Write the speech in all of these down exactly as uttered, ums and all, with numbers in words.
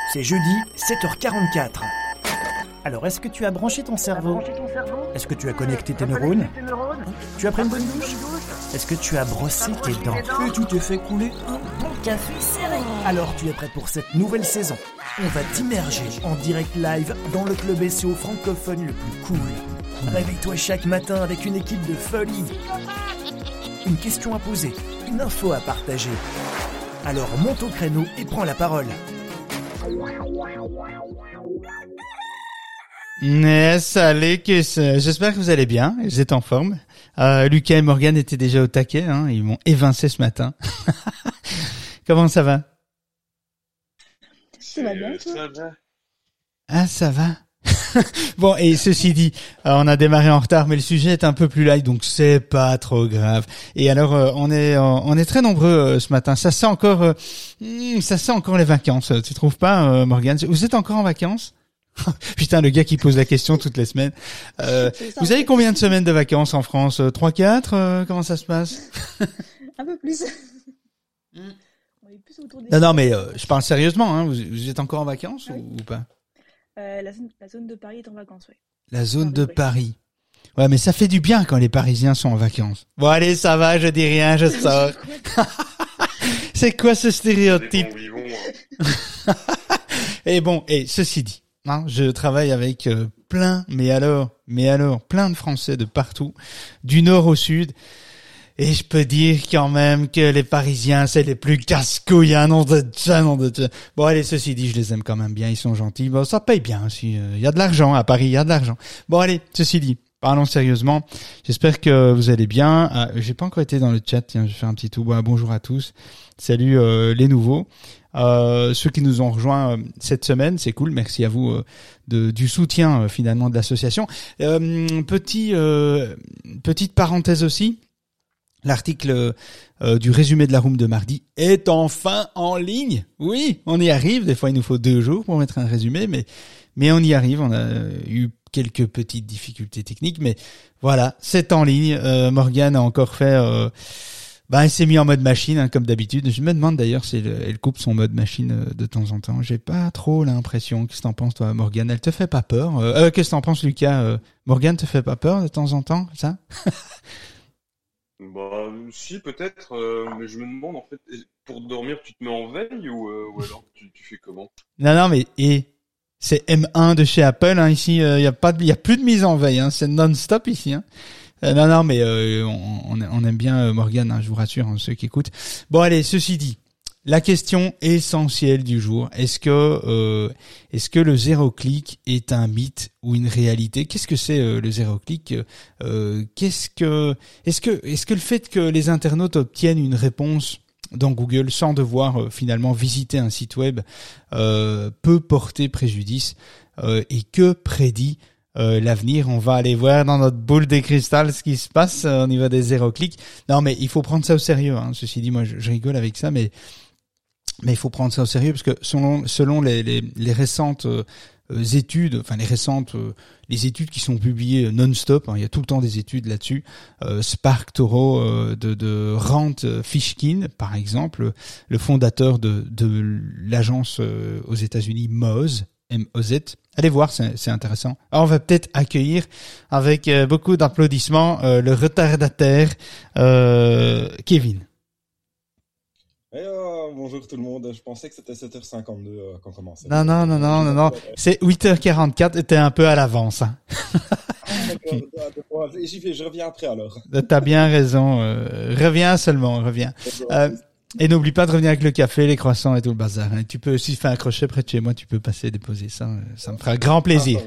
C'est jeudi, sept heures quarante-quatre. Alors, est-ce que tu as branché ton cerveau ? Est-ce que tu as connecté tes neurones ? Tu as pris une bonne douche ? Est-ce que tu as brossé tes dents ? Et tu t'es fait couler un bon café serré ? Alors, tu es prêt pour cette nouvelle saison ? On va t'immerger en direct live dans le club S E O francophone le plus cool. Réveille-toi chaque matin avec une équipe de folie. Une question à poser, une info à partager. Alors monte au créneau et prends la parole. Mais salut, que c'est- j'espère que vous allez bien, vous êtes en forme. Euh, Lucas et Morgane étaient déjà au taquet, hein, ils m'ont évincé ce matin. Comment ça va ? Ça va bien, toi ? Ça va. Ah, ça va. Bon, et ceci dit, euh, on a démarré en retard, mais le sujet est un peu plus light, donc c'est pas trop grave. Et alors, euh, on est euh, on est très nombreux euh, ce matin. Ça sent encore, euh, hmm, ça sent encore les vacances. Tu trouves pas, euh, Morgane ? Vous êtes encore en vacances ? Putain, le gars qui pose la question toutes les semaines. Euh, vous avez combien de semaines de vacances en France ? trois, quatre euh, Comment ça se passe ? Un peu plus. On est plus autour des... Non, non, mais euh, je parle sérieusement. Hein. Vous, vous êtes encore en vacances Ah oui. ou, ou pas ? Euh, la, zone, la zone de Paris est en vacances, oui. La zone de oui. Paris. Ouais, mais ça fait du bien quand les Parisiens sont en vacances. Bon, allez, ça va, je dis rien, je sors. C'est quoi ce stéréotype ? Les bons vivons, hein. Et bon, et ceci dit, hein, je travaille avec euh, plein, mais alors, mais alors, plein de Français de partout, du nord au sud. Et je peux dire quand même que les Parisiens, c'est les plus casse-couilles, hein, nom de Dieu, nom de Dieu. Bon, allez, ceci dit, je les aime quand même bien, ils sont gentils. Bon, ça paye bien aussi. Il euh, y a de l'argent à Paris, il y a de l'argent. Bon, allez, ceci dit, parlons sérieusement. J'espère que vous allez bien. Ah, j'ai pas encore été dans le chat, tiens, je vais faire un petit tour. Bon, bonjour à tous. Salut euh, les nouveaux. Euh, ceux qui nous ont rejoints euh, cette semaine, c'est cool. Merci à vous euh, de, du soutien euh, finalement de l'association. Euh, petit, euh, petite parenthèse aussi. L'article euh, du résumé de la room de mardi est enfin en ligne. Oui, on y arrive. Des fois, il nous faut deux jours pour mettre un résumé, mais mais on y arrive. On a eu quelques petites difficultés techniques, mais voilà, c'est en ligne. Euh, Morgane a encore fait. Euh, bah, elle s'est mis en mode machine, hein, comme d'habitude. Je me demande d'ailleurs si elle, elle coupe son mode machine euh, de temps en temps. J'ai pas trop l'impression. Qu'est-ce que t'en penses, toi, Morgane ? Elle te fait pas peur ? euh, euh, Qu'est-ce que t'en penses, Lucas ? euh, Morgane te fait pas peur de temps en temps, ça ? Bah, si, peut-être, euh, mais je me demande, en fait, pour dormir, tu te mets en veille ou, euh, ou alors tu, tu fais comment ? Non, non, mais et c'est M un de chez Apple, hein, ici. Il euh, y a pas, il y a plus de mise en veille, hein, c'est non-stop ici. Hein. Euh, non, non, mais euh, on, on, on aime bien euh, Morgane, hein, je vous rassure, hein, ceux qui écoutent. Bon, allez, ceci dit, la question essentielle du jour, est-ce que euh, est-ce que le zéro clic est un mythe ou une réalité ? Qu'est-ce que c'est euh, le zéro clic ? euh, Qu'est-ce que est-ce que est-ce que le fait que les internautes obtiennent une réponse dans Google sans devoir euh, finalement visiter un site web euh, peut porter préjudice euh, et que prédit euh, l'avenir ? On va aller voir dans notre boule de cristal ce qui se passe euh, au niveau des zéro clics. Non, mais il faut prendre ça au sérieux. Hein. Ceci dit, moi je, je rigole avec ça, mais Mais il faut prendre ça au sérieux parce que selon, selon les, les, les récentes euh, études, enfin les récentes, euh, les études qui sont publiées non-stop, hein, il y a tout le temps des études là-dessus. Euh, Spark Toro euh, de, de Rand Fishkin, par exemple, le fondateur de, de l'agence euh, aux États-Unis Moz, M O Z. Allez voir, c'est, c'est intéressant. Alors, on va peut-être accueillir avec euh, beaucoup d'applaudissements euh, le retardataire euh, Kevin. Eh oh, bonjour tout le monde, je pensais que c'était sept heures cinquante-deux euh, qu'on commençait. Non, non, non, non, non, non, c'est huit heures quarante-quatre et t'es un peu à l'avance. Hein. Ah, d'accord, j'y vais, je reviens après alors. T'as bien raison, euh, reviens seulement, reviens. Euh, et n'oublie pas de revenir avec le café, les croissants et tout le bazar. Hein. Tu peux, si tu fais un crochet près de chez moi, tu peux passer déposer ça, ça me fera grand plaisir.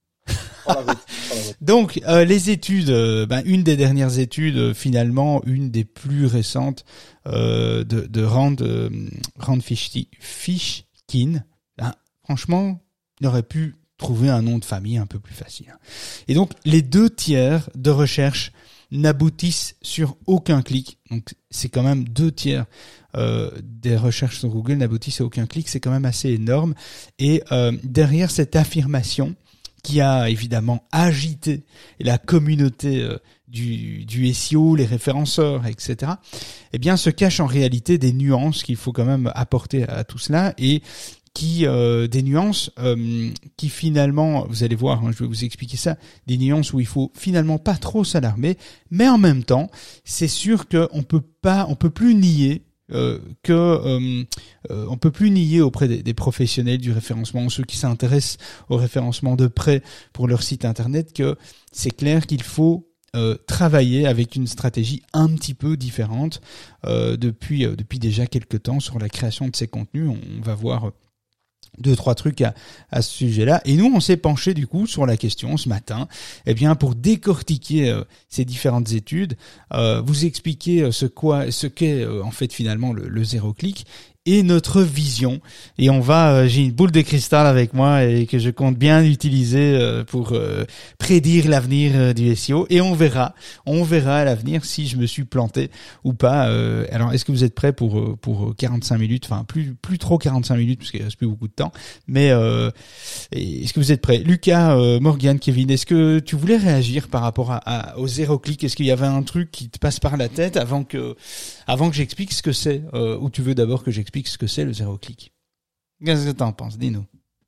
Donc euh, les études, euh, ben, une des dernières études, euh, finalement, une des plus récentes euh, de, de Rand, euh, Rand Fishki- Fishkin. Ben, franchement, il aurait pu trouver un nom de famille un peu plus facile. Hein. Et donc les deux tiers de recherche n'aboutissent sur aucun clic. Donc c'est quand même deux tiers euh, des recherches sur Google n'aboutissent à aucun clic. C'est quand même assez énorme. Et euh, derrière cette affirmation qui a évidemment agité la communauté euh, du, du S E O, les référenceurs, et cetera, eh bien, se cachent en réalité des nuances qu'il faut quand même apporter à tout cela et qui euh, des nuances euh, qui finalement, vous allez voir, hein, je vais vous expliquer ça, des nuances où il faut finalement pas trop s'alarmer, mais en même temps, c'est sûr que on peut pas, on peut plus nier euh, que euh, euh, on peut plus nier auprès des, des professionnels du référencement, ceux qui s'intéressent au référencement de près pour leur site internet, que c'est clair qu'il faut Euh, travailler avec une stratégie un petit peu différente euh, depuis euh, depuis déjà quelques temps sur la création de ces contenus. On, on va voir deux trois trucs à, à ce sujet-là. Et nous, on s'est penché du coup sur la question ce matin, eh bien pour décortiquer euh, ces différentes études, euh, vous expliquer ce quoi, ce qu'est euh, en fait finalement le, le zéro clic et notre vision. Et on va, euh, j'ai une boule de cristal avec moi et que je compte bien utiliser euh, pour euh, prédire l'avenir euh, du S E O. Et on verra, on verra à l'avenir si je me suis planté ou pas. Euh, alors, est-ce que vous êtes prêts pour euh, pour quarante-cinq minutes, enfin plus plus trop quarante-cinq minutes parce qu'il reste plus beaucoup de temps. Mais euh, est-ce que vous êtes prêts, Lucas, euh, Morgane, Kevin? Est-ce que tu voulais réagir par rapport à, à au zéro clic? Est-ce qu'il y avait un truc qui te passe par la tête avant que avant que j'explique ce que c'est, euh, ou tu veux d'abord que j'explique ce que c'est le zéro clic? Qu'est-ce que t'en penses? Dis-nous.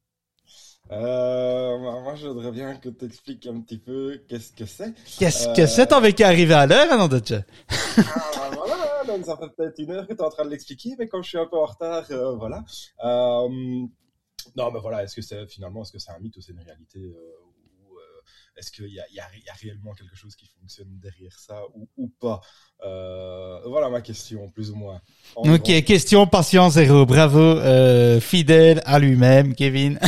Euh, moi, je voudrais bien que tu expliques un petit peu qu'est-ce que c'est. Qu'est-ce euh... que c'est? T'en veux qu'à arriver à l'heure, hein, non, de Ah, voilà, donc ça fait peut-être une heure que tu es en train de l'expliquer, mais comme je suis un peu en retard, euh, voilà. Euh, non, mais voilà, est-ce que c'est finalement, est-ce que c'est un mythe ou c'est une réalité euh, ou euh, est-ce qu'il y a, il y, a, il y a réellement quelque chose qui fonctionne derrière ça ou, ou pas? Euh, voilà ma question, plus ou moins. En ok, gros. Question patient zéro. Bravo, euh, fidèle à lui-même, Kevin.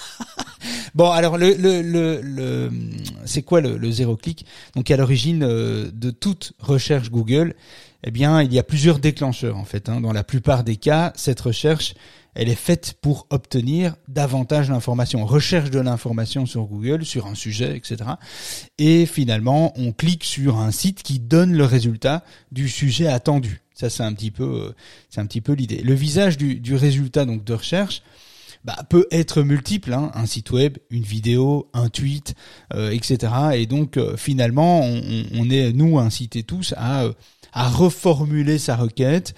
Bon, alors le le le, le c'est quoi le, le zéro clic? Donc à l'origine euh, de toute recherche Google, eh bien il y a plusieurs déclencheurs en fait. Hein. Dans la plupart des cas, cette recherche, elle est faite pour obtenir davantage d'informations. Recherche de l'information sur Google, sur un sujet, et cetera. Et finalement, on clique sur un site qui donne le résultat du sujet attendu. Ça, c'est un petit peu, c'est un petit peu l'idée. Le visage du, du résultat donc de recherche, bah, peut être multiple, hein, un site web, une vidéo, un tweet, euh, et cetera. Et donc, euh, finalement, on, on est nous incités tous à, à reformuler sa requête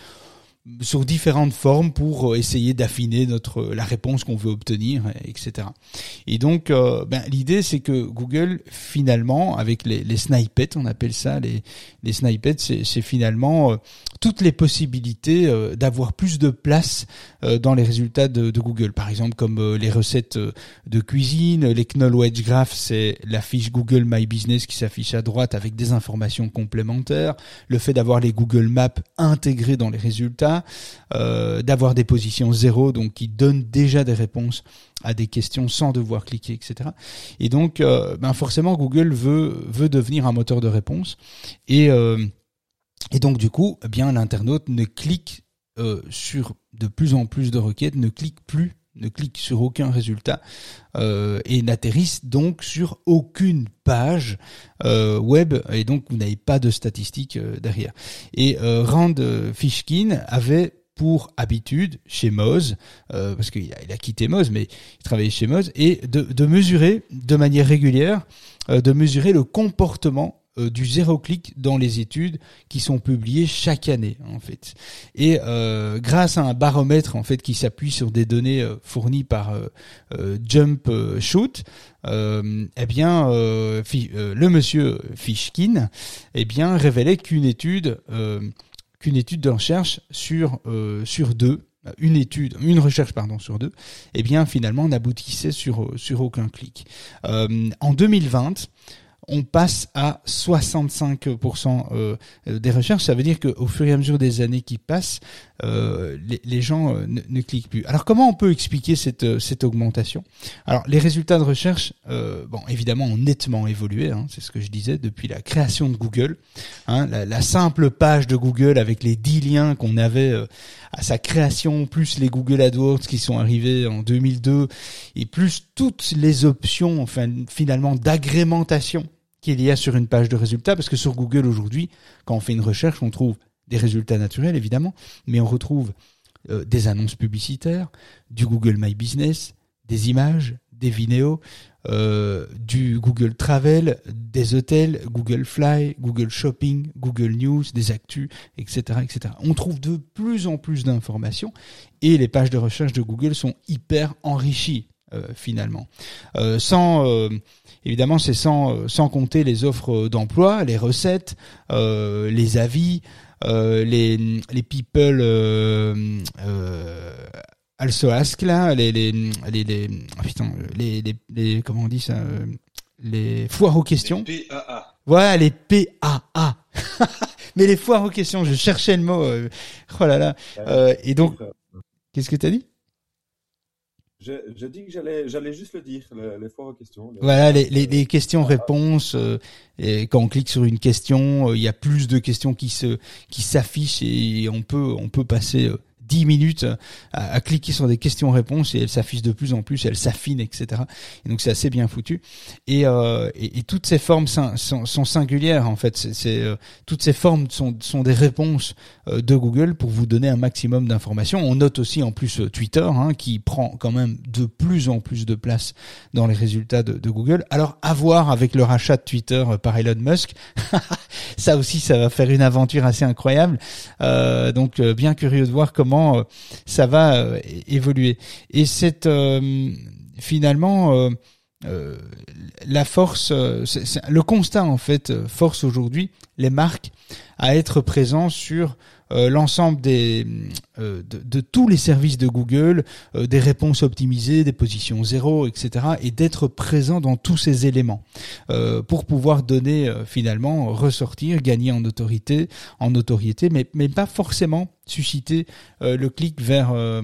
sur différentes formes pour essayer d'affiner notre la réponse qu'on veut obtenir, et cetera. Et donc, euh, ben, l'idée, c'est que Google, finalement, avec les, les snippets, on appelle ça, les, les snippets, c'est, c'est finalement euh, toutes les possibilités euh, d'avoir plus de place euh, dans les résultats de, de Google. Par exemple, comme euh, les recettes euh, de cuisine, les Knoll Wedge Graph, c'est la fiche Google My Business qui s'affiche à droite avec des informations complémentaires. Le fait d'avoir les Google Maps intégrés dans les résultats, Euh, d'avoir des positions zéro, donc qui donnent déjà des réponses à des questions sans devoir cliquer, et cetera. Et donc, euh, ben forcément, Google veut veut devenir un moteur de réponse, et euh, et donc du coup, eh bien l'internaute ne clique euh, sur de plus en plus de requêtes, ne clique plus, ne clique sur aucun résultat euh, et n'atterrissent donc sur aucune page euh, web, et donc vous n'avez pas de statistiques euh, derrière. Et euh, Rand Fishkin avait pour habitude chez Moz, euh, parce qu'il a, il a quitté Moz, mais il travaillait chez Moz, et de, de mesurer de manière régulière, euh, de mesurer le comportement du zéro clic dans les études qui sont publiées chaque année en fait. Et euh, grâce à un baromètre en fait qui s'appuie sur des données euh, fournies par euh, euh, Jump Shoot, euh, eh bien euh, fi- euh, le monsieur Fishkin eh bien révélait qu'une étude euh, qu'une étude de recherche sur euh, sur deux une étude, une recherche pardon sur deux, eh bien finalement n'aboutissait sur sur aucun clic. Euh, en deux mille vingt, on passe à soixante-cinq pour cent euh, des recherches. Ça veut dire qu'au fur et à mesure des années qui passent, euh, les, les gens euh, ne, ne cliquent plus. Alors comment on peut expliquer cette, cette augmentation? Alors les résultats de recherche, euh, bon évidemment ont nettement évolué, hein, c'est ce que je disais, depuis la création de Google. Hein, la, la simple page de Google avec les dix liens qu'on avait euh, à sa création, plus les Google AdWords qui sont arrivés en deux mille deux, et plus toutes les options, enfin finalement d'agrémentation qu'il y a sur une page de résultats, parce que sur Google aujourd'hui, quand on fait une recherche, on trouve des résultats naturels évidemment, mais on retrouve euh, des annonces publicitaires, du Google My Business, des images, des vidéos, euh, du Google Travel, des hôtels, Google Fly, Google Shopping, Google News, des actus, et cetera, et cetera. On trouve de plus en plus d'informations et les pages de recherche de Google sont hyper enrichies. Euh, finalement, euh, sans euh, évidemment c'est sans euh, sans compter les offres d'emploi, les recettes, euh, les avis, euh, les les people euh, euh, also ask là, les les les les oh putain, les, les les comment on dit ça, euh, les foires aux questions. Les P A A. Voilà, les P A A. Mais les foires aux questions, je cherchais le mot. Euh, oh là là. Euh, et donc, qu'est-ce que t'as dit? Je, je dis que j'allais, j'allais juste le dire, les, les foires aux questions. Les... Voilà, les, les, les questions-réponses. Euh, et quand on clique sur une question, euh, il y a plus de questions qui se, qui s'affichent et on peut, on peut passer euh, dix minutes à, à cliquer sur des questions-réponses et elles s'affichent de plus en plus, elles s'affinent, et cetera. Et donc c'est assez bien foutu. Et, euh, et, et toutes ces formes sont, sont, sont singulières en fait. C'est, c'est euh, toutes ces formes sont, sont des réponses euh, de Google pour vous donner un maximum d'informations. On note aussi en plus euh, Twitter hein, qui prend quand même de plus en plus de place dans les résultats de, de Google. Alors à voir avec le rachat de Twitter euh, par Elon Musk. Ça aussi, ça va faire une aventure assez incroyable. Euh, donc euh, bien curieux de voir comment ça va euh, évoluer. Et c'est euh, finalement euh, euh, la force, euh, c'est, c'est, le constat en fait force aujourd'hui les marques à être présents sur euh, l'ensemble des euh, de, de tous les services de Google, euh, des réponses optimisées, des positions zéro, et cetera, et d'être présent dans tous ces éléments euh, pour pouvoir donner euh, finalement ressortir, gagner en autorité, en notoriété, mais mais pas forcément susciter euh, le clic vers euh,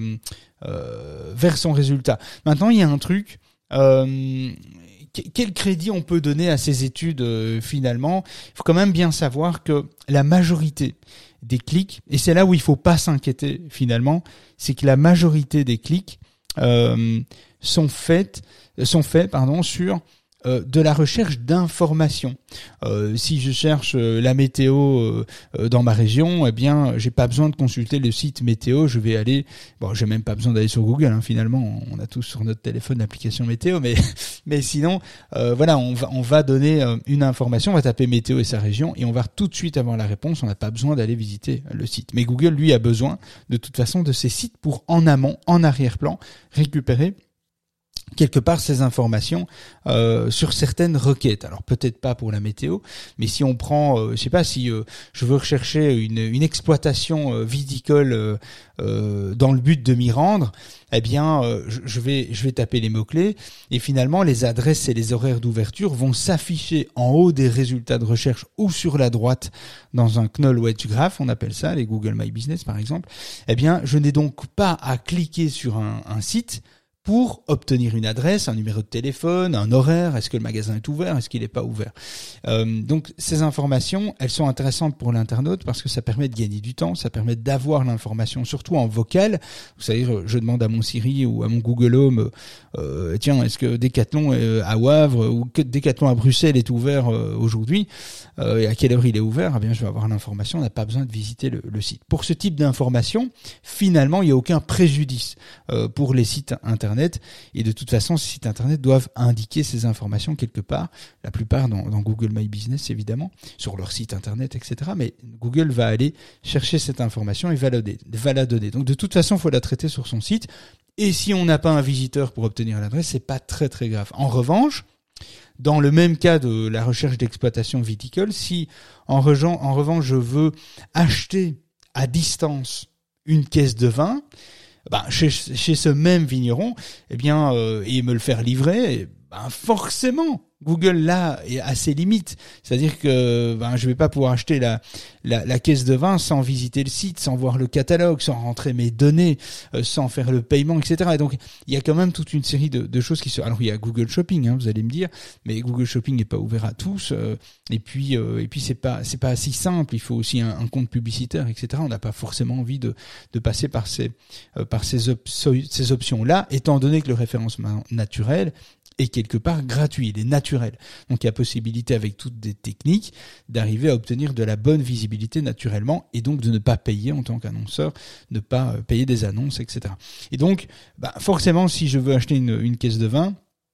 euh, vers son résultat. Maintenant, il y a un truc. Euh, quel crédit on peut donner à ces études euh, finalement? Il faut quand même bien savoir que la majorité des clics, et c'est là où il faut pas s'inquiéter finalement, c'est que la majorité des clics euh, sont faits sont faits pardon sur euh, de la recherche d'informations. Euh, si je cherche euh, la météo euh, euh, dans ma région, eh bien, j'ai pas besoin de consulter le site météo. Je vais aller, bon, j'ai même pas besoin d'aller sur Google. Hein, finalement, on a tous sur notre téléphone l'application météo, mais mais sinon, euh, voilà, on va on va donner euh, une information, on va taper météo et sa région, et on va tout de suite avoir la réponse. On n'a pas besoin d'aller visiter le site. Mais Google, lui, a besoin de toute façon de ces sites pour en amont, en arrière-plan, récupérer quelque part ces informations euh, sur certaines requêtes. Alors peut-être pas pour la météo, mais si on prend, euh, je sais pas, si euh, je veux rechercher une, une exploitation euh, viticole euh, euh, dans le but de m'y rendre, eh bien euh, je, je vais je vais taper les mots-clés et finalement les adresses et les horaires d'ouverture vont s'afficher en haut des résultats de recherche ou sur la droite dans un Knoll Wedge Graph, on appelle ça, les Google My Business par exemple. Eh bien je n'ai donc pas à cliquer sur un, un site pour obtenir une adresse, un numéro de téléphone, un horaire, est-ce que le magasin est ouvert, est-ce qu'il n'est pas ouvert. Euh, donc ces informations, elles sont intéressantes pour l'internaute parce que ça permet de gagner du temps, ça permet d'avoir l'information, surtout en vocal. Vous savez, je demande à mon Siri ou à mon Google Home, euh, tiens, est-ce que Decathlon à Wavre ou que Decathlon à Bruxelles est ouvert euh, aujourd'hui euh, et à quelle heure il est ouvert, eh bien je vais avoir l'information, on n'a pas besoin de visiter le, le site. Pour ce type d'information, finalement, il n'y a aucun préjudice euh, pour les sites internet. Et de toute façon, ces sites internet doivent indiquer ces informations quelque part, la plupart dans, dans Google My Business évidemment, sur leur site internet, et cetera. Mais Google va aller chercher cette information et va la donner. Va la donner. Donc de toute façon, il faut la traiter sur son site. Et si on n'a pas un visiteur pour obtenir l'adresse, c'est pas très très grave. En revanche, dans le même cas de la recherche d'exploitation viticole, si en, rejan, en revanche je veux acheter à distance une caisse de vin, bah, chez, chez ce même vigneron, eh bien, euh, et me le faire livrer, ben forcément, Google là est à ses limites. C'est-à-dire que ben je vais pas pouvoir acheter la, la la caisse de vin sans visiter le site, sans voir le catalogue, sans rentrer mes données, euh, sans faire le paiement, et cetera. Et donc il y a quand même toute une série de, de choses qui se. Alors il y a Google Shopping, hein, vous allez me dire, mais Google Shopping n'est pas ouvert à tous. Euh, et puis euh, et puis c'est pas c'est pas si simple. Il faut aussi un, un compte publicitaire, et cetera. On n'a pas forcément envie de de passer par ces euh, par ces op- ces options là, étant donné que le référencement naturel est quelque part gratuit, il est naturel. Donc il y a possibilité avec toutes des techniques d'arriver à obtenir de la bonne visibilité naturellement et donc de ne pas payer en tant qu'annonceur, ne pas payer des annonces, et cetera. Et donc bah, forcément si je veux acheter une, une caisse de vin,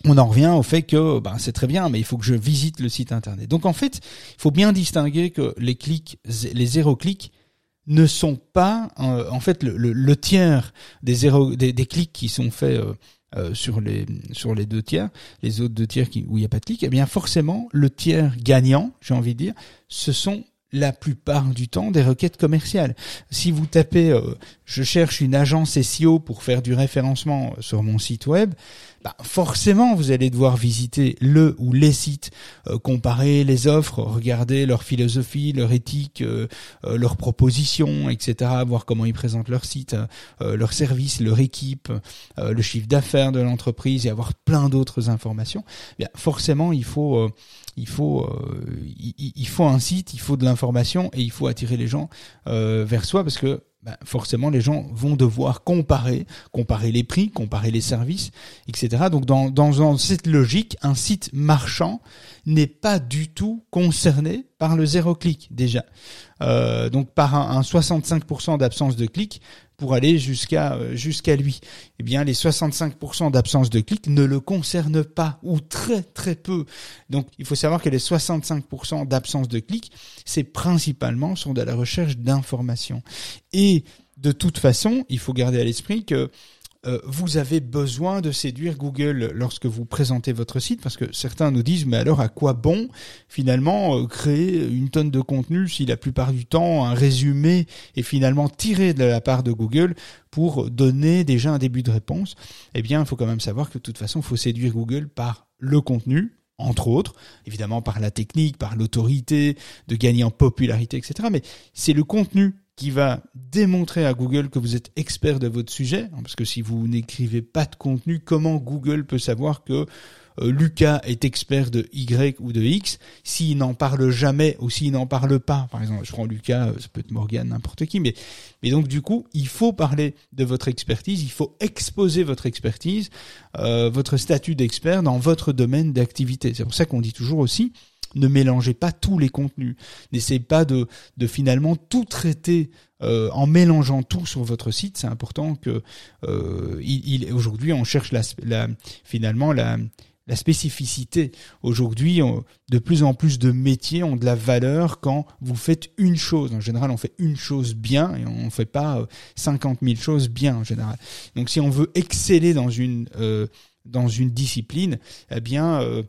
on en revient au fait que ben c'est très bien, mais il faut que je visite le site internet. Donc en fait, il faut bien distinguer que les clics, les zéro clics ne sont pas euh, en fait le, le, le tiers des zéro des, des clics qui sont faits euh, euh, sur les sur les deux tiers, les autres deux tiers qui, où il n'y a pas de clic. Eh bien forcément le tiers gagnant, j'ai envie de dire, ce sont la plupart du temps des requêtes commerciales. Si vous tapez euh, je cherche une agence S E O pour faire du référencement sur mon site web, bah forcément vous allez devoir visiter le ou les sites, euh, comparer les offres, regarder leur philosophie, leur éthique, euh, euh, leurs propositions, et cetera. Voir comment ils présentent leur site, euh, leurs services, leur équipe, euh, le chiffre d'affaires de l'entreprise et avoir plein d'autres informations. Bien forcément il faut euh, il faut euh, il, il faut un site, il faut de l'information et il faut attirer les gens euh, vers soi parce que ben, forcément les gens vont devoir comparer, comparer les prix, comparer les services, et cetera. Donc dans, dans, dans cette logique, un site marchand n'est pas du tout concerné par le zéro clic déjà. Euh, donc par un, un soixante-cinq pour cent d'absence de clic pour aller jusqu'à euh, jusqu'à lui. Eh bien les soixante-cinq pour cent d'absence de clic ne le concernent pas ou très très peu. Donc il faut savoir que les soixante-cinq pour cent d'absence de clic, c'est principalement sur de la recherche d'informations. Et de toute façon, il faut garder à l'esprit que Euh, vous avez besoin de séduire Google lorsque vous présentez votre site, parce que certains nous disent mais alors à quoi bon finalement euh, créer une tonne de contenu si la plupart du temps un résumé est finalement tiré de la part de Google pour donner déjà un début de réponse. Eh bien il faut quand même savoir que de toute façon il faut séduire Google par le contenu, entre autres, évidemment par la technique, par l'autorité, de gagner en popularité, et cetera. Mais c'est le contenu qui va démontrer à Google que vous êtes expert de votre sujet, parce que si vous n'écrivez pas de contenu, comment Google peut savoir que euh, Lucas est expert de Y ou de X s'il n'en parle jamais ou s'il n'en parle pas? Par exemple, je prends Lucas, ça peut être Morgane, n'importe qui, mais, mais donc du coup, il faut parler de votre expertise, il faut exposer votre expertise, euh, votre statut d'expert dans votre domaine d'activité. C'est pour ça qu'on dit toujours aussi, ne mélangez pas tous les contenus. N'essayez pas de, de finalement tout traiter euh, en mélangeant tout sur votre site. C'est important que euh, il, il, aujourd'hui on cherche la, la, finalement la, la spécificité. Aujourd'hui, on, de plus en plus de métiers ont de la valeur quand vous faites une chose. En général, on fait une chose bien et on ne fait pas cinquante mille choses bien en général. Donc, si on veut exceller dans une euh, dans une discipline, eh bien euh,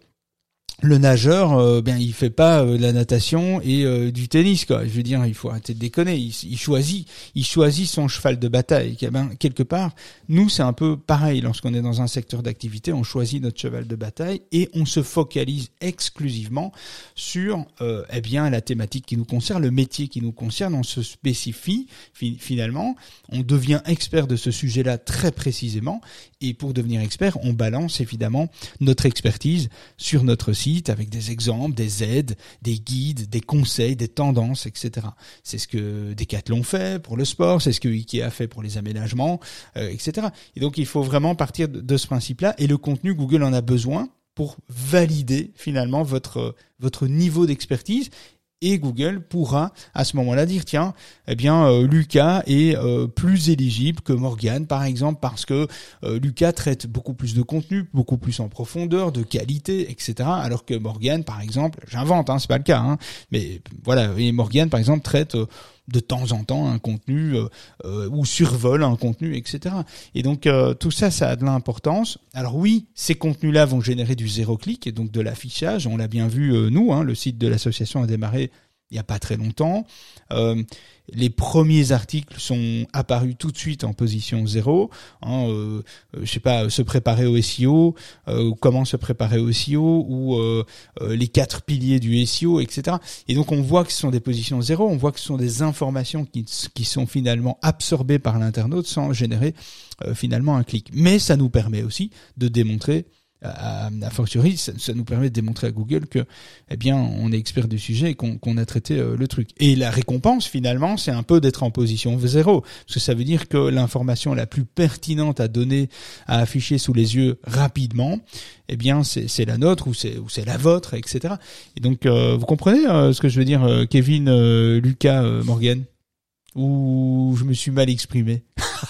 le nageur, euh, bien, il fait pas euh, de la natation et euh, du tennis, quoi. Je veux dire, il faut arrêter de déconner. Il, il choisit, il choisit son cheval de bataille. Et ben, quelque part, nous, c'est un peu pareil. Lorsqu'on est dans un secteur d'activité, on choisit notre cheval de bataille et on se focalise exclusivement sur, euh, eh bien, la thématique qui nous concerne, le métier qui nous concerne. On se spécifie fi- finalement. On devient expert de ce sujet-là très précisément. Et pour devenir expert, on balance évidemment notre expertise sur notre site avec des exemples, des aides, des guides, des conseils, des tendances, et cetera. C'est ce que Decathlon fait pour le sport, c'est ce que Ikea fait pour les aménagements, euh, et cetera. Et donc, il faut vraiment partir de, de ce principe-là. Et le contenu, Google en a besoin pour valider finalement votre votre niveau d'expertise. Et Google pourra à ce moment-là dire tiens, eh bien euh, Lucas est euh, plus éligible que Morgane par exemple parce que euh, Lucas traite beaucoup plus de contenu, beaucoup plus en profondeur, de qualité, et cetera. Alors que Morgane par exemple, j'invente, hein, c'est pas le cas, hein, mais voilà, et Morgane par exemple traite euh, de temps en temps un contenu euh, euh, ou survole un contenu, et cetera. Et donc euh, tout ça, ça a de l'importance. Alors oui, ces contenus-là vont générer du zéro clic et donc de l'affichage. On l'a bien vu euh, nous, hein, le site de l'association a démarré il y a pas très longtemps. Euh, les premiers articles sont apparus tout de suite en position zéro. Hein, euh, je sais pas, se préparer au S E O, euh, comment se préparer au S E O, ou euh, euh, les quatre piliers du S E O, et cetera. Et donc on voit que ce sont des positions zéro, on voit que ce sont des informations qui, qui sont finalement absorbées par l'internaute sans générer euh, finalement un clic. Mais ça nous permet aussi de démontrer à, à fortiori, ça, ça nous permet de démontrer à Google que, eh bien, on est expert du sujet et qu'on, qu'on a traité euh, le truc. Et la récompense, finalement, c'est un peu d'être en position zéro, parce que ça veut dire que l'information la plus pertinente à donner, à afficher sous les yeux rapidement, eh bien, c'est, c'est la nôtre ou c'est, ou c'est la vôtre, et cetera. Et donc, euh, vous comprenez euh, ce que je veux dire, euh, Kevin, euh, Lucas, euh, Morgane, ou je me suis mal exprimé?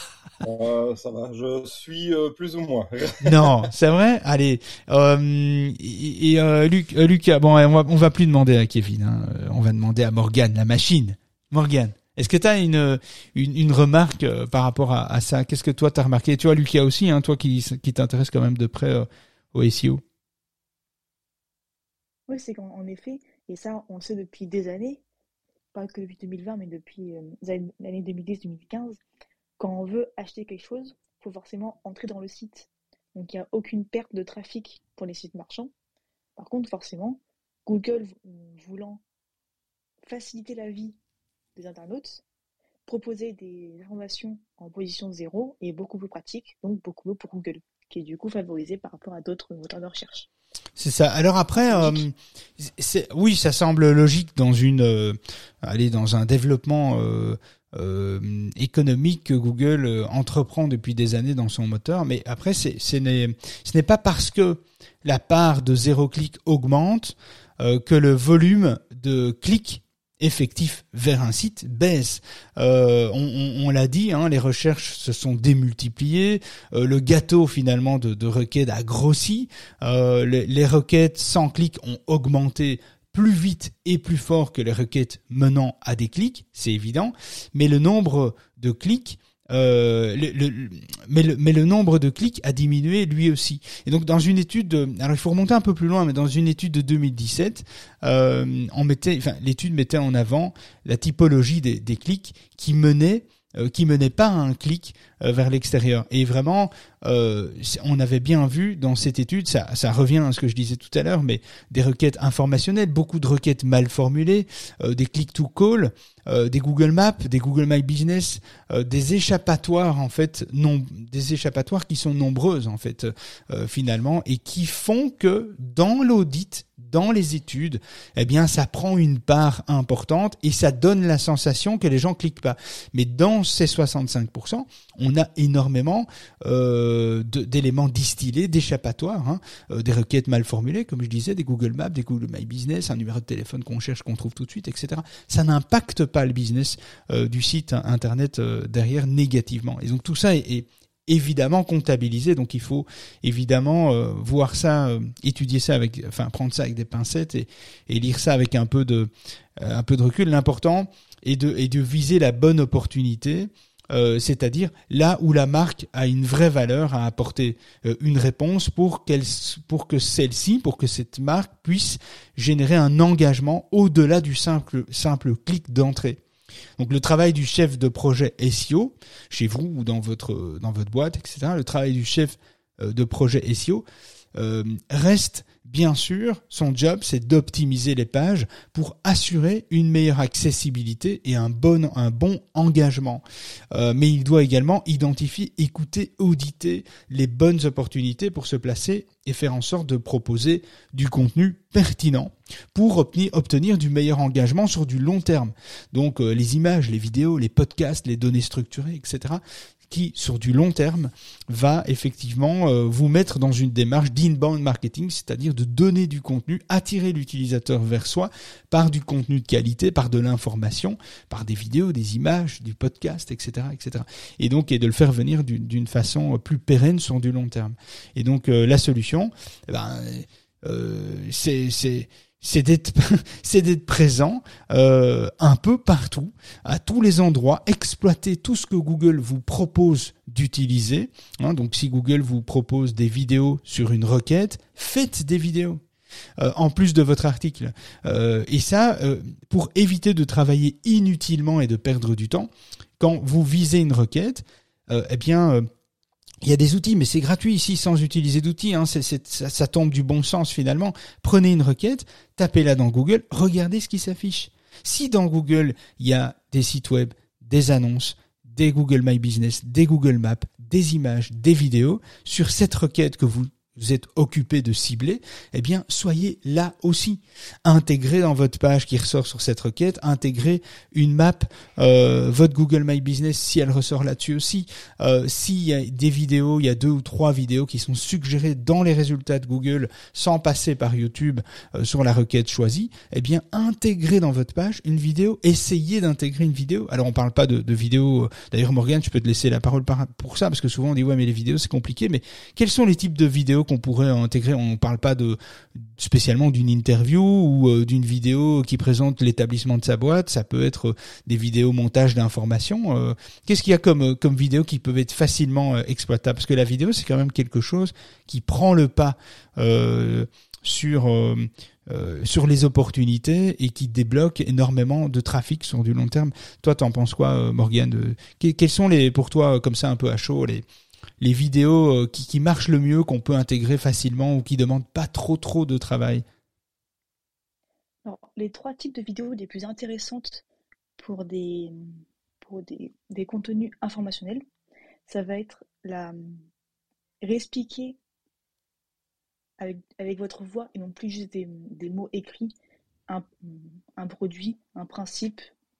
Euh, ça va, je suis euh, plus ou moins. Non, c'est vrai. Allez, euh, et, et euh, Luc, euh, Lucas, bon, on va, on va plus demander à Kevin, hein, on va demander à Morgane, la machine. Morgane, est-ce que tu as une, une une remarque euh, par rapport à, à ça? Qu'est-ce que toi t'as remarqué? Tu vois, Lucas aussi, hein, toi qui qui t'intéresse quand même de près euh, au S E O. Oui, c'est qu'en en effet, et ça, on le sait depuis des années, pas que depuis deux mille vingt, mais depuis euh, l'année deux mille dix deux mille quinze, quand on veut acheter quelque chose, il faut forcément entrer dans le site. Donc, il n'y a aucune perte de trafic pour les sites marchands. Par contre, forcément, Google voulant faciliter la vie des internautes, proposer des informations en position zéro est beaucoup plus pratique, donc beaucoup mieux pour Google, qui est du coup favorisé par rapport à d'autres moteurs de recherche. C'est ça. Alors après, euh, c'est, oui, ça semble logique dans une, euh, aller dans un développement euh, euh, économique que Google euh, entreprend depuis des années dans son moteur. Mais après, c'est, c'est n'est, ce n'est pas parce que la part de zéro clic augmente euh, que le volume de clics effectif vers un site baisse. Euh, on, on, on l'a dit, hein, les recherches se sont démultipliées, euh, le gâteau finalement de, de requêtes a grossi, euh, les, les requêtes sans clic ont augmenté plus vite et plus fort que les requêtes menant à des clics, c'est évident, mais le nombre de clics Euh, le, le, mais, le, mais le nombre de clics a diminué lui aussi. Et donc dans une étude, de, alors il faut remonter un peu plus loin, mais dans une étude de deux mille dix-sept, euh, on mettait, enfin l'étude mettait en avant la typologie des, des clics qui menaient euh, qui menait pas à un clic euh, vers l'extérieur. Et vraiment, euh, on avait bien vu dans cette étude, ça, ça revient à ce que je disais tout à l'heure, mais des requêtes informationnelles, beaucoup de requêtes mal formulées, euh, des click to call, euh, des Google Maps, des Google My Business, euh, des échappatoires en fait, non, des échappatoires qui sont nombreuses en fait euh, finalement et qui font que dans l'audit, dans les études, eh bien, ça prend une part importante et ça donne la sensation que les gens cliquent pas. Mais dans ces soixante-cinq pour cent, on a énormément euh, de, d'éléments distillés, d'échappatoires, hein, euh, des requêtes mal formulées, comme je disais, des Google Maps, des Google My Business, un numéro de téléphone qu'on cherche, qu'on trouve tout de suite, et cetera. Ça n'impacte pas le business euh, du site internet euh, derrière négativement. Et donc tout ça est, est évidemment comptabilisé, donc il faut évidemment euh, voir ça, euh, étudier ça avec, enfin prendre ça avec des pincettes et, et lire ça avec un peu de, euh, un peu de recul. L'important est de, est de viser la bonne opportunité, euh, c'est-à-dire là où la marque a une vraie valeur à apporter euh, une réponse pour qu'elle, pour que celle-ci, pour que cette marque puisse générer un engagement au-delà du simple, simple clic d'entrée. Donc le travail du chef de projet S E O, chez vous ou dans votre dans votre boîte, et cetera, le travail du chef de projet S E O euh, reste bien sûr, son job, c'est d'optimiser les pages pour assurer une meilleure accessibilité et un bon un bon engagement. Euh, mais il doit également identifier, écouter, auditer les bonnes opportunités pour se placer et faire en sorte de proposer du contenu pertinent pour obtenir, obtenir du meilleur engagement sur du long terme. Donc euh, les images, les vidéos, les podcasts, les données structurées, et cetera, qui, sur du long terme, va effectivement euh, vous mettre dans une démarche d'inbound marketing, c'est-à-dire de donner du contenu, attirer l'utilisateur vers soi par du contenu de qualité, par de l'information, par des vidéos, des images, du podcast, et cetera, et cetera. Et donc, et de le faire venir d'une, d'une façon plus pérenne sur du long terme. Et donc, euh, la solution, eh ben, euh, c'est, c'est c'est d'être c'est d'être présent euh, un peu partout, à tous les endroits, exploiter tout ce que Google vous propose d'utiliser. Hein, donc si Google vous propose des vidéos sur une requête, faites des vidéos euh, en plus de votre article. Euh, et ça, euh, pour éviter de travailler inutilement et de perdre du temps, quand vous visez une requête, euh, eh bien euh, il y a des outils, mais c'est gratuit ici sans utiliser d'outils. Hein. C'est, c'est, ça, ça tombe du bon sens finalement. Prenez une requête, tapez-la dans Google, regardez ce qui s'affiche. Si dans Google, il y a des sites web, des annonces, des Google My Business, des Google Maps, des images, des vidéos, sur cette requête que vous vous êtes occupé de cibler, eh bien, soyez là aussi. Intégrez dans votre page qui ressort sur cette requête, intégrez une map, euh, votre Google My Business si elle ressort là-dessus aussi. Euh, s'il y a des vidéos, il y a deux ou trois vidéos qui sont suggérées dans les résultats de Google sans passer par YouTube euh, sur la requête choisie, eh bien, intégrez dans votre page une vidéo, essayez d'intégrer une vidéo. Alors, on parle pas de, de vidéos. D'ailleurs, Morgane, je peux te laisser la parole pour ça parce que souvent on dit ouais, mais les vidéos c'est compliqué. Mais quels sont les types de vidéos qu'on pourrait intégrer? On ne parle pas de spécialement d'une interview ou euh, d'une vidéo qui présente l'établissement de sa boîte. Ça peut être euh, des vidéos montage d'informations. Euh, qu'est-ce qu'il y a comme euh, comme vidéos qui peuvent être facilement euh, exploitables? Parce que la vidéo, c'est quand même quelque chose qui prend le pas euh, sur euh, euh, sur les opportunités et qui débloque énormément de trafic sur du long terme. Toi, t'en penses quoi, euh, Morgane? de, que, Quels sont les pour toi, comme ça un peu à chaud, les les vidéos qui, qui marchent le mieux, qu'on peut intégrer facilement ou qui demandent pas trop trop de travail? Alors, les trois types de vidéos les plus intéressantes pour des, pour des, des contenus informationnels, ça va être la réexpliquer avec, avec votre voix et non plus juste des, des mots écrits, un, un produit, un principe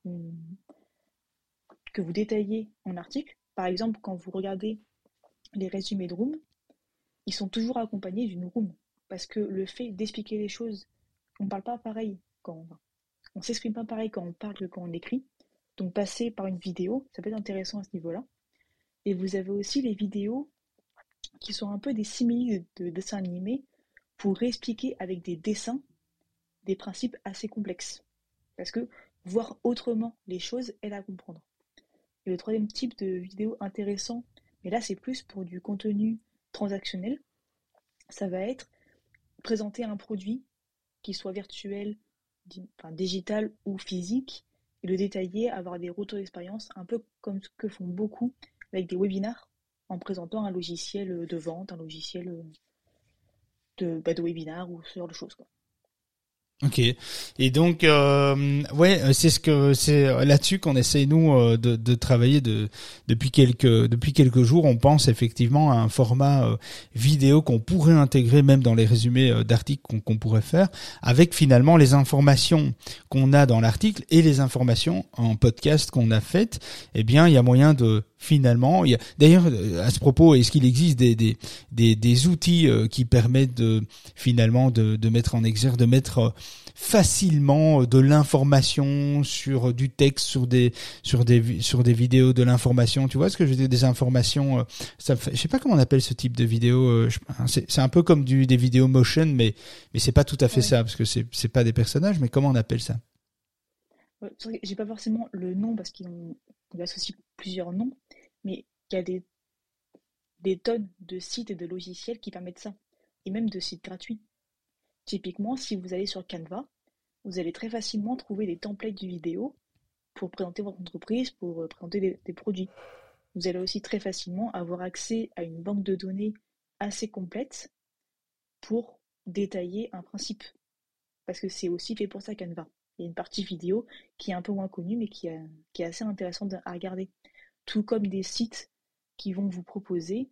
que vous détaillez en article. Par exemple, quand vous regardez les résumés de room, ils sont toujours accompagnés d'une room. Parce que le fait d'expliquer les choses, on ne parle pas pareil quand on, on s'exprime pas pareil quand on parle que quand on écrit. Donc passer par une vidéo, ça peut être intéressant à ce niveau-là. Et vous avez aussi les vidéos qui sont un peu des similes de, de dessins animés pour réexpliquer avec des dessins des principes assez complexes. Parce que voir autrement les choses aide à comprendre. Et le troisième type de vidéo intéressant, mais là c'est plus pour du contenu transactionnel, ça va être présenter un produit qui soit virtuel, enfin, digital ou physique, et le détailler, avoir des retours d'expérience, un peu comme ce que font beaucoup avec des webinars, en présentant un logiciel de vente, un logiciel de, bah, de webinar ou ce genre de choses, quoi. Ok. Et donc, euh, ouais, c'est ce que c'est là-dessus qu'on essaie nous de, de travailler de, depuis quelques depuis quelques jours. On pense effectivement à un format euh, vidéo qu'on pourrait intégrer même dans les résumés euh, d'articles qu'on, qu'on pourrait faire, avec finalement les informations qu'on a dans l'article et les informations en podcast qu'on a faites. Eh bien, il y a moyen de finalement, il y a d'ailleurs à ce propos, est-ce qu'il existe des des des, des outils euh, qui permettent de finalement de, de mettre en exergue, de mettre euh, facilement de l'information sur du texte, sur des sur des sur des vidéos, de l'information, tu vois ce que je veux dire, des informations, euh, ça fait, je sais pas comment on appelle ce type de vidéo, euh, je, c'est c'est un peu comme du des vidéos motion, mais mais c'est pas tout à fait ouais. ça parce que c'est c'est pas des personnages, mais comment on appelle ça? Ouais, j'ai pas forcément le nom parce qu'on associe plusieurs noms, mais il y a des des tonnes de sites et de logiciels qui permettent ça, et même de sites gratuits. Typiquement, si vous allez sur Canva, vous allez très facilement trouver des templates de vidéos pour présenter votre entreprise, pour présenter des, des produits. Vous allez aussi très facilement avoir accès à une banque de données assez complète pour détailler un principe. Parce que c'est aussi fait pour ça Canva. Il y a une partie vidéo qui est un peu moins connue, mais qui, a, qui est assez intéressante à regarder. Tout comme des sites qui vont vous proposer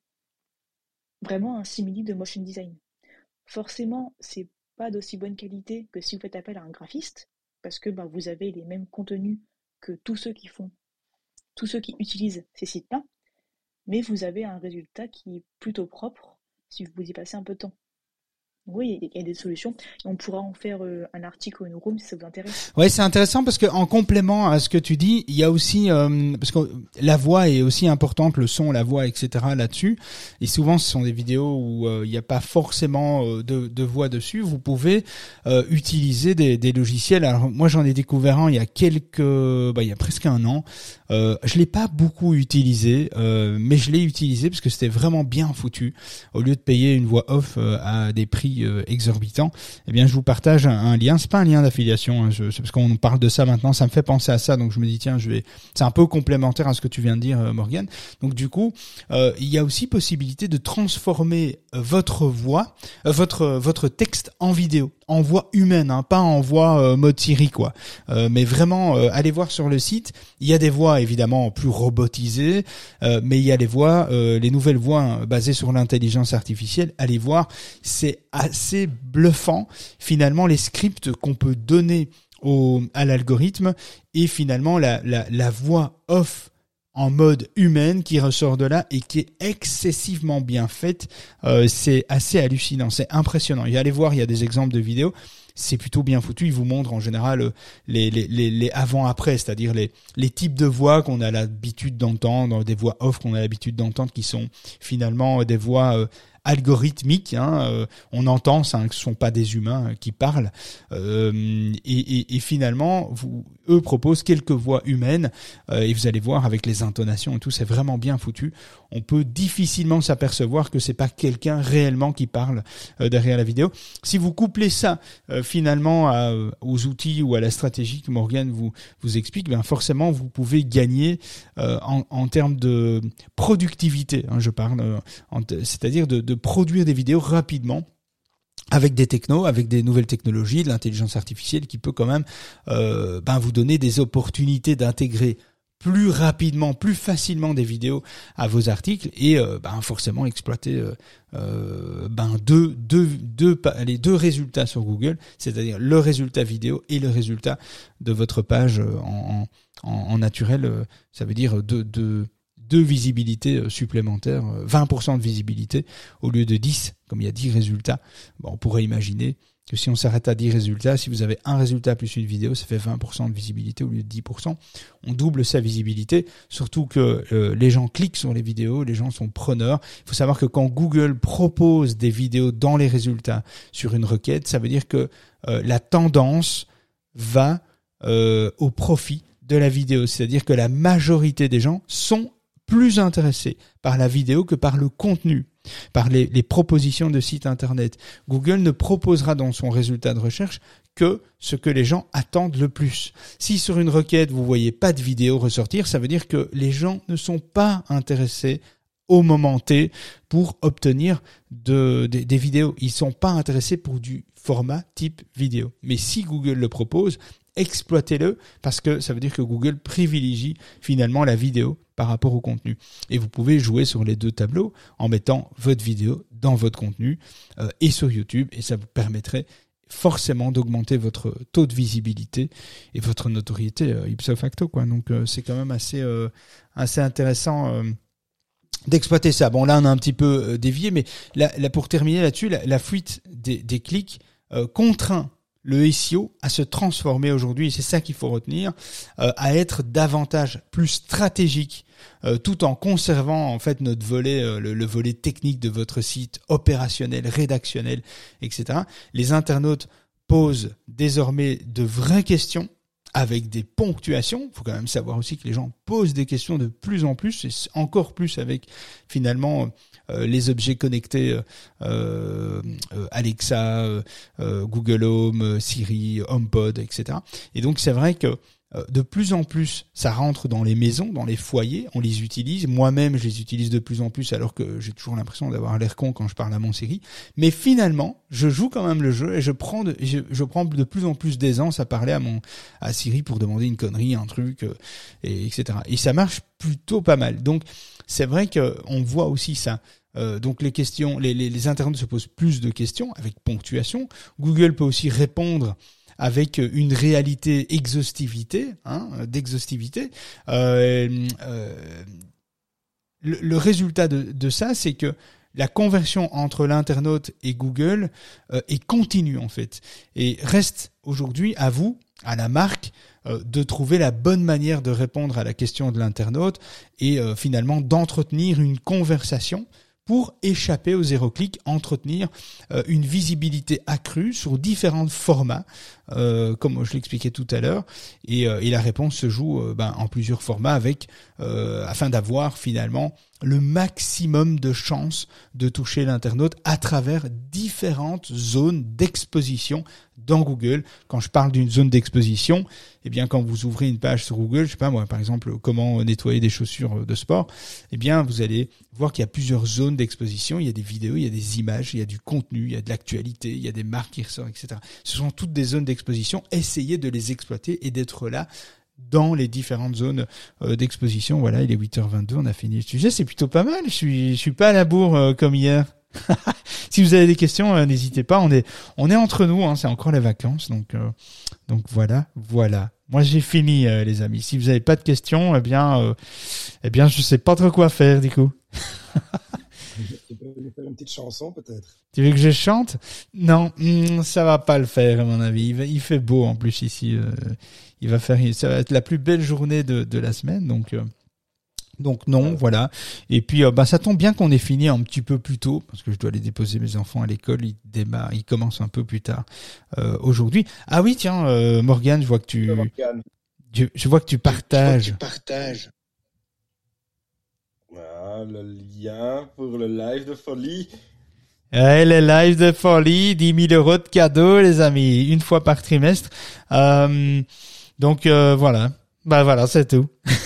vraiment un simili de motion design. Forcément, c'est pas d'aussi bonne qualité que si vous faites appel à un graphiste, parce que bah, vous avez les mêmes contenus que tous ceux qui font, tous ceux qui utilisent ces sites-là, mais vous avez un résultat qui est plutôt propre si vous y passez un peu de temps. Oui, il y a des solutions. On pourra en faire euh, un article ou une room si ça vous intéresse. Ouais, c'est intéressant parce que en complément à ce que tu dis, il y a aussi euh, parce que la voix est aussi importante, le son, la voix, et cetera là-dessus. Et souvent, ce sont des vidéos où euh, il n'y a pas forcément euh, de, de voix dessus. Vous pouvez euh, utiliser des, des logiciels. Alors moi, j'en ai découvert un il y a quelques, bah il y a presque un an. Euh, je l'ai pas beaucoup utilisé, euh, mais je l'ai utilisé parce que c'était vraiment bien foutu. Au lieu de payer une voix off euh, à des prix euh, exorbitants, eh bien je vous partage un, un lien. C'est pas un lien d'affiliation, hein, je, c'est parce qu'on parle de ça maintenant, ça me fait penser à ça, donc je me dis tiens, je vais. C'est un peu complémentaire à ce que tu viens de dire, euh, Morgane. Donc du coup, euh, il y a aussi possibilité de transformer euh, votre voix, euh, votre votre texte en vidéo, en voix humaine, hein, pas en voix euh, mode Siri quoi. Euh, mais vraiment, euh, allez voir sur le site. Il y a des voix évidemment plus robotisées, euh, mais il y a les voix, euh, les nouvelles voix hein, basées sur l'intelligence artificielle. Allez voir, c'est assez bluffant finalement les scripts qu'on peut donner au à l'algorithme et finalement la la, la voix off en mode humaine qui ressort de là et qui est excessivement bien faite. Euh, c'est assez hallucinant, c'est impressionnant. Et allez voir, il y a des exemples de vidéos, c'est plutôt bien foutu. Ils vous montrent en général les les les, les avant-après, c'est-à-dire les les types de voix qu'on a l'habitude d'entendre, des voix off qu'on a l'habitude d'entendre qui sont finalement des voix euh, algorithmiques, hein, euh, on entend ça, hein, que ce sont pas des humains euh, qui parlent, euh, et, et, et finalement, vous, eux proposent quelques voix humaines, euh, et vous allez voir avec les intonations et tout, c'est vraiment bien foutu. On peut difficilement s'apercevoir que c'est pas quelqu'un réellement qui parle euh, derrière la vidéo. Si vous couplez ça euh, finalement à, aux outils ou à la stratégie que Morgane vous vous explique, ben forcément vous pouvez gagner euh, en, en termes de productivité. Hein, je parle, euh, en, c'est-à-dire de de produire des vidéos rapidement avec des technos, avec des nouvelles technologies, de l'intelligence artificielle qui peut quand même euh, ben vous donner des opportunités d'intégrer plus rapidement, plus facilement des vidéos à vos articles et euh, ben forcément exploiter euh, euh, ben deux deux deux les deux résultats sur Google, c'est-à-dire le résultat vidéo et le résultat de votre page en en, en naturel, ça veut dire deux deux deux visibilités supplémentaires, vingt pour cent de visibilité au lieu de dix, comme il y a dix résultats. Bon, on pourrait imaginer que si on s'arrête à dix résultats, si vous avez un résultat plus une vidéo, ça fait vingt pour cent de visibilité au lieu de dix pour cent. On double sa visibilité, surtout que euh, les gens cliquent sur les vidéos, les gens sont preneurs. Il faut savoir que quand Google propose des vidéos dans les résultats sur une requête, ça veut dire que euh, la tendance va euh, au profit de la vidéo. C'est-à-dire que la majorité des gens sont plus intéressés par la vidéo que par le contenu, par les, les propositions de sites internet. Google ne proposera dans son résultat de recherche que ce que les gens attendent le plus. Si sur une requête vous voyez pas de vidéo ressortir, ça veut dire que les gens ne sont pas intéressés au moment T pour obtenir de, de, des vidéos. Ils sont pas intéressés pour du format type vidéo. Mais si Google le propose, exploitez-le parce que ça veut dire que Google privilégie finalement la vidéo par rapport au contenu. Et vous pouvez jouer sur les deux tableaux en mettant votre vidéo dans votre contenu euh, et sur YouTube et ça vous permettrait forcément d'augmenter votre taux de visibilité et votre notoriété euh, ipso facto quoi. Donc euh, c'est quand même assez euh, assez intéressant euh, d'exploiter ça. Bon là on a un petit peu euh, dévié mais là, là pour terminer là-dessus la, la fuite des, des clics euh, contraint le S E O à se transformer aujourd'hui, et c'est ça qu'il faut retenir, euh, à être davantage plus stratégique, euh, tout en conservant en fait notre volet, euh, le, le volet technique de votre site, opérationnel, rédactionnel, et cetera. Les internautes posent désormais de vraies questions avec des ponctuations. Il faut quand même savoir aussi que les gens posent des questions de plus en plus, et encore plus avec finalement euh, les objets connectés, euh, euh, Alexa, euh, Google Home, Siri, HomePod, et cetera. Et donc c'est vrai que euh, de plus en plus, ça rentre dans les maisons, dans les foyers, on les utilise. Moi-même, je les utilise de plus en plus, alors que j'ai toujours l'impression d'avoir l'air con quand je parle à mon Siri. Mais finalement, je joue quand même le jeu et je prends de, je, je prends de plus en plus d'aisance à parler à mon à Siri pour demander une connerie, un truc, euh, et etc. Et ça marche plutôt pas mal. Donc c'est vrai que on voit aussi ça. Euh, donc les questions, les, les, les internautes se posent plus de questions avec ponctuation. Google peut aussi répondre avec une réalité exhaustivité, hein, d'exhaustivité. Euh, euh, le, le résultat de, de ça, c'est que la conversion entre l'internaute et Google euh, est continue en fait, et reste aujourd'hui à vous, à la marque, euh, de trouver la bonne manière de répondre à la question de l'internaute et euh, finalement d'entretenir une conversation pour échapper au zéro clic, entretenir euh, une visibilité accrue sur différents formats, euh, comme je l'expliquais tout à l'heure, et, euh, et la réponse se joue euh, ben, en plusieurs formats avec, euh, afin d'avoir finalement le maximum de chances de toucher l'internaute à travers différentes zones d'exposition dans Google. Quand je parle d'une zone d'exposition, eh bien, quand vous ouvrez une page sur Google, je sais pas moi, par exemple, comment nettoyer des chaussures de sport, eh bien, vous allez voir qu'il y a plusieurs zones d'exposition. Il y a des vidéos, il y a des images, il y a du contenu, il y a de l'actualité, il y a des marques qui ressortent, et cetera. Ce sont toutes des zones d'exposition. Essayez de les exploiter et d'être là dans les différentes zones euh, d'exposition. Voilà, il est huit heures vingt-deux, on a fini le sujet. C'est plutôt pas mal. Je suis, je suis pas à la bourre euh, comme hier. Si vous avez des questions, euh, n'hésitez pas. On est, on est entre nous. Hein, c'est encore les vacances, donc, euh, donc voilà, voilà. Moi, j'ai fini, euh, les amis. Si vous avez pas de questions, eh bien, euh, eh bien, je sais pas trop quoi faire du coup. Tu peux nous faire une petite chanson peut-être? Tu veux que je chante? Non, mm, ça va pas le faire à mon avis. Il, va, il fait beau en plus ici. Euh, il va faire, ça va être la plus belle journée de, de la semaine, donc. Euh, Donc non, voilà. Et puis euh, bah ça tombe bien qu'on ait fini un petit peu plus tôt parce que je dois aller déposer mes enfants à l'école. Ils démarrent, ils commencent un peu plus tard euh, aujourd'hui. Ah oui, tiens, euh, Morgane, je vois que tu, je, je vois que tu partages. Je vois que tu partages. Ah, le lien pour le live de folie. Ouais, le live de folie, dix mille euros de cadeaux, les amis, une fois par trimestre. Euh, donc euh, voilà. Bah voilà, c'est tout.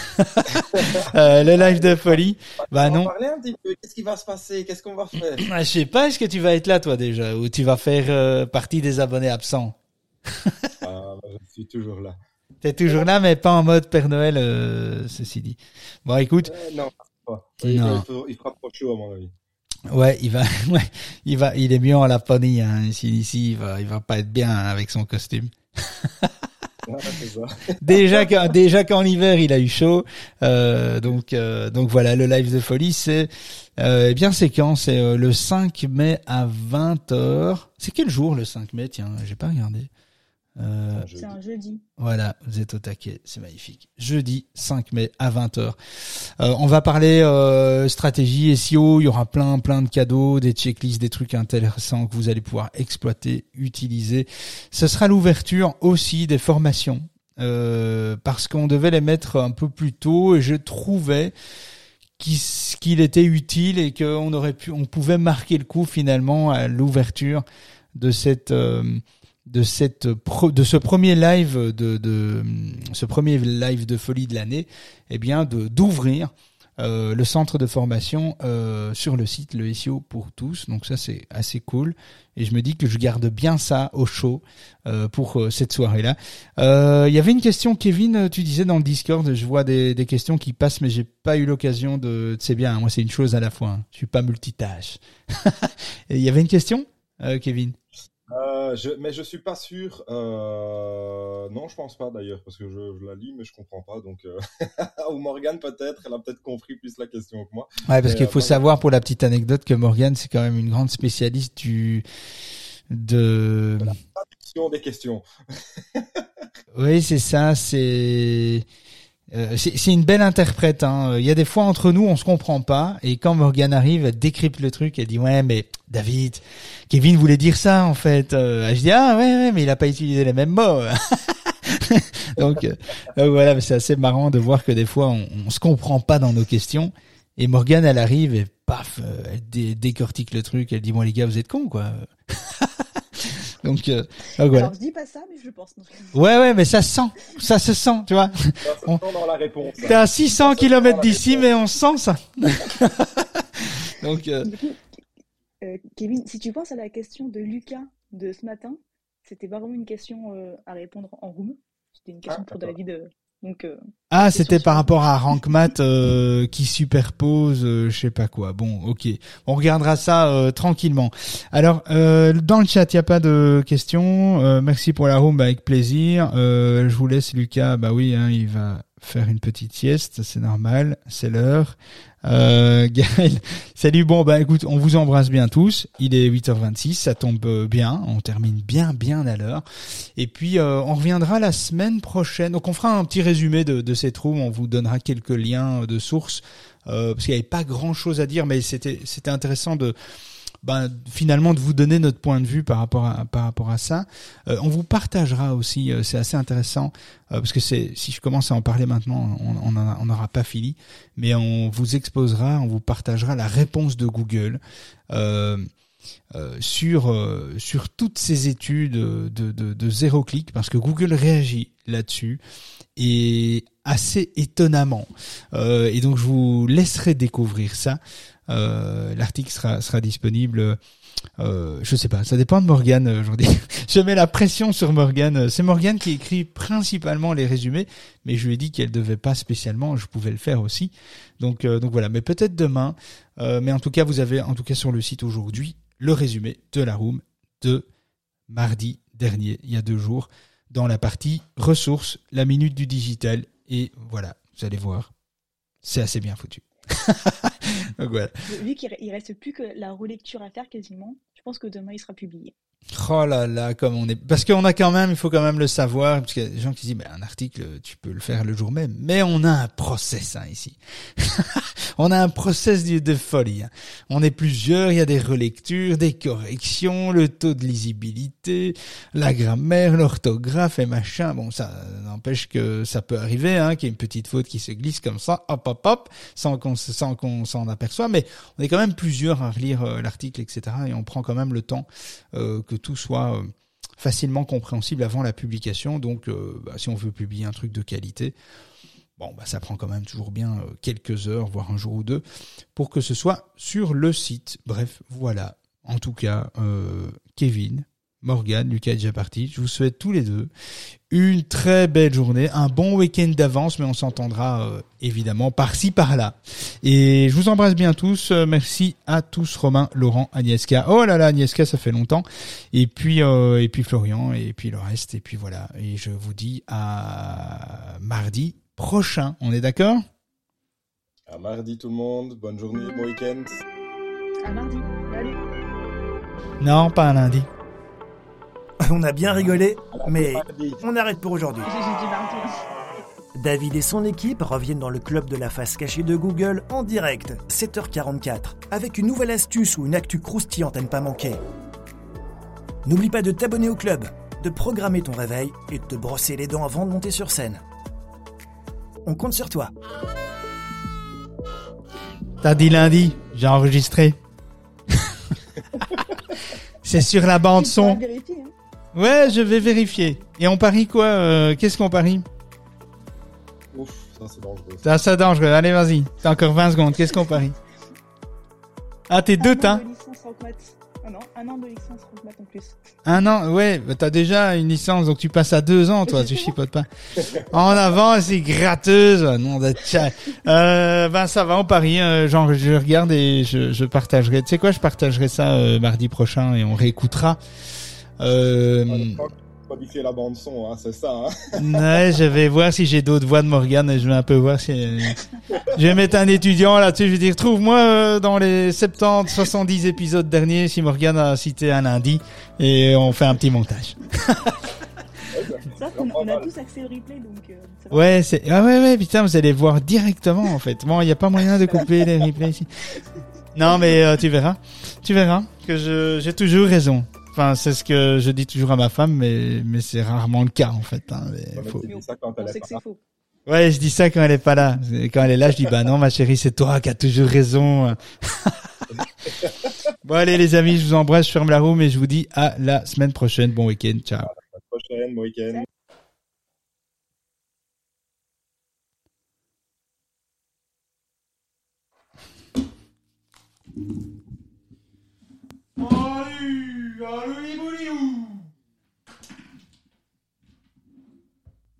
euh, le live de folie. Bah non. On va parler un petit peu. Qu'est-ce qui va se passer? Qu'est-ce qu'on va faire? Je sais pas. Est-ce que tu vas être là toi déjà, ou tu vas faire euh, partie des abonnés absents? Ah, je suis toujours là. T'es toujours là, mais pas en mode Père Noël, euh, ceci dit. Bon, écoute. Euh, non, pas. Non. Il, il, faut, il fera trop chaud à mon avis. Ouais, il va, ouais, il va, il est mieux en Laponie. Hein. Ici, ici, il va, il va pas être bien avec son costume. Ah, c'est ça. déjà qu'en, déjà qu'en hiver il a eu chaud, euh, donc euh, donc voilà, le live de folie c'est euh, eh bien c'est quand c'est euh, le cinq mai à vingt heures. C'est quel jour le cinq mai? Tiens, j'ai pas regardé. Euh, C'est un jeudi. Voilà, vous êtes au taquet, c'est magnifique. Jeudi cinq mai à vingt heures. Euh, on va parler euh, stratégie S E O, il y aura plein plein de cadeaux, des checklists, des trucs intéressants que vous allez pouvoir exploiter, utiliser. Ce sera l'ouverture aussi des formations euh, parce qu'on devait les mettre un peu plus tôt et je trouvais qu'il, qu'il était utile et qu'on aurait pu, on pouvait marquer le coup finalement à l'ouverture de cette euh, de cette pro, de ce premier live de de ce premier live de folie de l'année, eh bien de d'ouvrir euh, le centre de formation euh, sur le site, le S E O pour tous. Donc ça c'est assez cool et je me dis que je garde bien ça au chaud euh, pour euh, cette soirée-là. Euh, il y avait une question, Kevin, tu disais dans le Discord, je vois des des questions qui passent mais j'ai pas eu l'occasion de, c'est bien, hein, moi c'est une chose à la fois, hein. Je suis pas multitâche. Il y avait une question, euh, Kevin? Euh, je, mais je suis pas sûr. Euh... Non, je pense pas d'ailleurs parce que je, je la lis mais je comprends pas. Donc euh... ou Morgane peut-être, elle a peut-être compris plus la question que moi. Ouais, parce mais, qu'il faut euh, savoir pour la petite anecdote que Morgane c'est quand même une grande spécialiste du de. La traduction des questions. Oui, c'est ça. C'est Euh, c'est, c'est une belle interprète. Hein. Il y a des fois entre nous, on se comprend pas. Et quand Morgane arrive, elle décrypte le truc. Elle dit ouais, mais David, Kevin voulait dire ça en fait. Euh, je dis ah ouais, ouais, mais il a pas utilisé les mêmes mots. donc, euh, donc voilà, mais c'est assez marrant de voir que des fois, on, on se comprend pas dans nos questions. Et Morgane, elle arrive et paf, euh, elle dé- décortique le truc. Elle dit bon les gars, vous êtes cons quoi. Donc, euh, donc voilà. Alors je dis pas ça, mais je le pense. Ouais, ouais, mais ça se sent, ça se sent, tu vois. Ça se On- sent dans la réponse. hein. T'es à six cents Ça se sent kilomètres dans la d'ici, réponse. mais on sent ça. Donc, euh, Du coup, euh, Kevin, si tu penses à la question de Lucas de ce matin, c'était vraiment une question euh, à répondre en room. C'était une question Ah, pour d'accord. David. euh, donc, euh, ah, question c'était sur- par rapport à RankMath euh, qui superpose, euh, je sais pas quoi. Bon, ok, on regardera ça euh, tranquillement. Alors, euh, dans le chat, il y a pas de questions. Euh, merci pour la room, bah, avec plaisir. Euh, je vous laisse, Lucas. Bah oui, hein, il va faire une petite sieste, c'est normal, c'est l'heure. Euh, Gaël, salut. Bon, bah écoute, on vous embrasse bien tous. Il est huit heures vingt-six, ça tombe euh, bien. On termine bien, bien à l'heure. Et puis, euh, on reviendra la semaine prochaine. Donc, on fera un petit résumé de, de cette room. On vous donnera quelques liens de sources, euh, parce qu'il n'y avait pas grand-chose à dire, mais c'était, c'était intéressant de ben, finalement de vous donner notre point de vue par rapport à par rapport à ça. Euh, on vous partagera aussi, euh, c'est assez intéressant euh, parce que c'est si je commence à en parler maintenant, on on n'aura pas fini, mais on vous exposera, on vous partagera la réponse de Google euh, euh, sur euh, sur toutes ces études de de, de zéro clic, parce que Google réagit là-dessus et assez étonnamment. Euh, et donc je vous laisserai découvrir ça. Euh, l'article sera sera disponible. Euh, je sais pas, ça dépend de Morgane aujourd'hui. Je mets la pression sur Morgane. C'est Morgane qui écrit principalement les résumés, mais je lui ai dit qu'elle devait pas spécialement. Je pouvais le faire aussi. Donc euh, donc voilà. Mais peut-être demain. Euh, mais en tout cas, vous avez en tout cas sur le site aujourd'hui le résumé de la room de mardi dernier, il y a deux jours, dans la partie ressources, la minute du digital. Et voilà, vous allez voir, c'est assez bien foutu. Donc voilà. Vu qu'il ne reste plus que la relecture à faire quasiment, je pense que demain il sera publié. Oh là là, comme on est, parce qu'on a quand même, il faut quand même le savoir, parce qu'il y a des gens qui disent, ben, un article, tu peux le faire le jour même, mais on a un process, hein, ici. On a un process de, de folie, hein. On est plusieurs, il y a des relectures, des corrections, le taux de lisibilité, la grammaire, l'orthographe et machin. Bon, ça n'empêche que ça peut arriver, hein, qu'il y ait une petite faute qui se glisse comme ça, hop, hop, hop, sans qu'on, sans qu'on s'en aperçoive, mais on est quand même plusieurs à relire euh, l'article, et cetera, et on prend quand même le temps, euh, que tout soit euh, facilement compréhensible avant la publication. Donc euh, bah, si on veut publier un truc de qualité, bon bah ça prend quand même toujours bien euh, quelques heures, voire un jour ou deux, pour que ce soit sur le site. Bref, voilà. En tout cas, euh, Kevin, Morgane, Lucas est déjà parti. Je vous souhaite tous les deux une très belle journée, un bon week-end d'avance, mais on s'entendra euh, évidemment par-ci, par-là. Et je vous embrasse bien tous. Euh, merci à tous, Romain, Laurent, Agnieszka. Oh là là, Agnieszka, ça fait longtemps. Et puis, euh, et puis Florian, et puis le reste. Et puis voilà. Et je vous dis à mardi prochain. On est d'accord ? À mardi tout le monde. Bonne journée, bon week-end. À mardi. Allez. Non, pas un lundi. On a bien rigolé, mais on arrête pour aujourd'hui. J'ai dit mardi. David et son équipe reviennent dans le club de la face cachée de Google en direct, sept heures quarante-quatre, avec une nouvelle astuce ou une actu croustillante à ne pas manquer. N'oublie pas de t'abonner au club, de programmer ton réveil et de te brosser les dents avant de monter sur scène. On compte sur toi. T'as dit lundi, j'ai enregistré. C'est sur la bande son. Vérifier, hein. Ouais, je vais vérifier. Et on parie quoi euh, Qu'est-ce qu'on parie? Ouf, ça c'est dangereux. Ça, c'est dangereux. Allez, vas-y. T'as encore vingt secondes. Qu'est-ce qu'on parie? Ah, t'es deux, t'as? Un an de licence Rock Maths. Ah non, un an de licence Rock Maths en plus. Un an, ouais. Bah, t'as déjà une licence, donc tu passes à deux ans, toi. Tu chipotes pas. En avant, c'est gratteuse. Non, de tcha. Euh, ben ça va, on parie. Euh, genre, je regarde et je, je partagerai. Tu sais quoi? Je partagerai ça euh, mardi prochain et on réécoutera. Euh... Modifier la bande son, hein, c'est ça. Hein. Ouais, je vais voir si j'ai d'autres voix de Morgane et je vais un peu voir si je vais mettre un étudiant là-dessus. Je vais dire, trouve-moi euh, dans les soixante-dix, soixante-dix épisodes derniers si Morgane a cité un lundi et on fait un petit montage. Ça, on, on a tous accès au replay, donc. Euh, ça va. Ouais, c'est ah ouais ouais putain, vous allez voir directement en fait. Bon, il y a pas moyen de couper les replays ici. Non, mais euh, tu verras, tu verras que je j'ai toujours raison. Enfin, c'est ce que je dis toujours à ma femme, mais mais c'est rarement le cas en fait. Hein, mais Ouais, faut... tu dis ça quand elle On est sait que pas là. c'est faux. Ouais, je dis ça quand elle est pas là. Quand elle est là, je dis bah non ma chérie, c'est toi qui as toujours raison. Bon allez les amis, je vous embrasse, je ferme la room et je vous dis à la semaine prochaine. Bon week-end, ciao. À la prochaine, bon week-end. Salut, allô les boulis.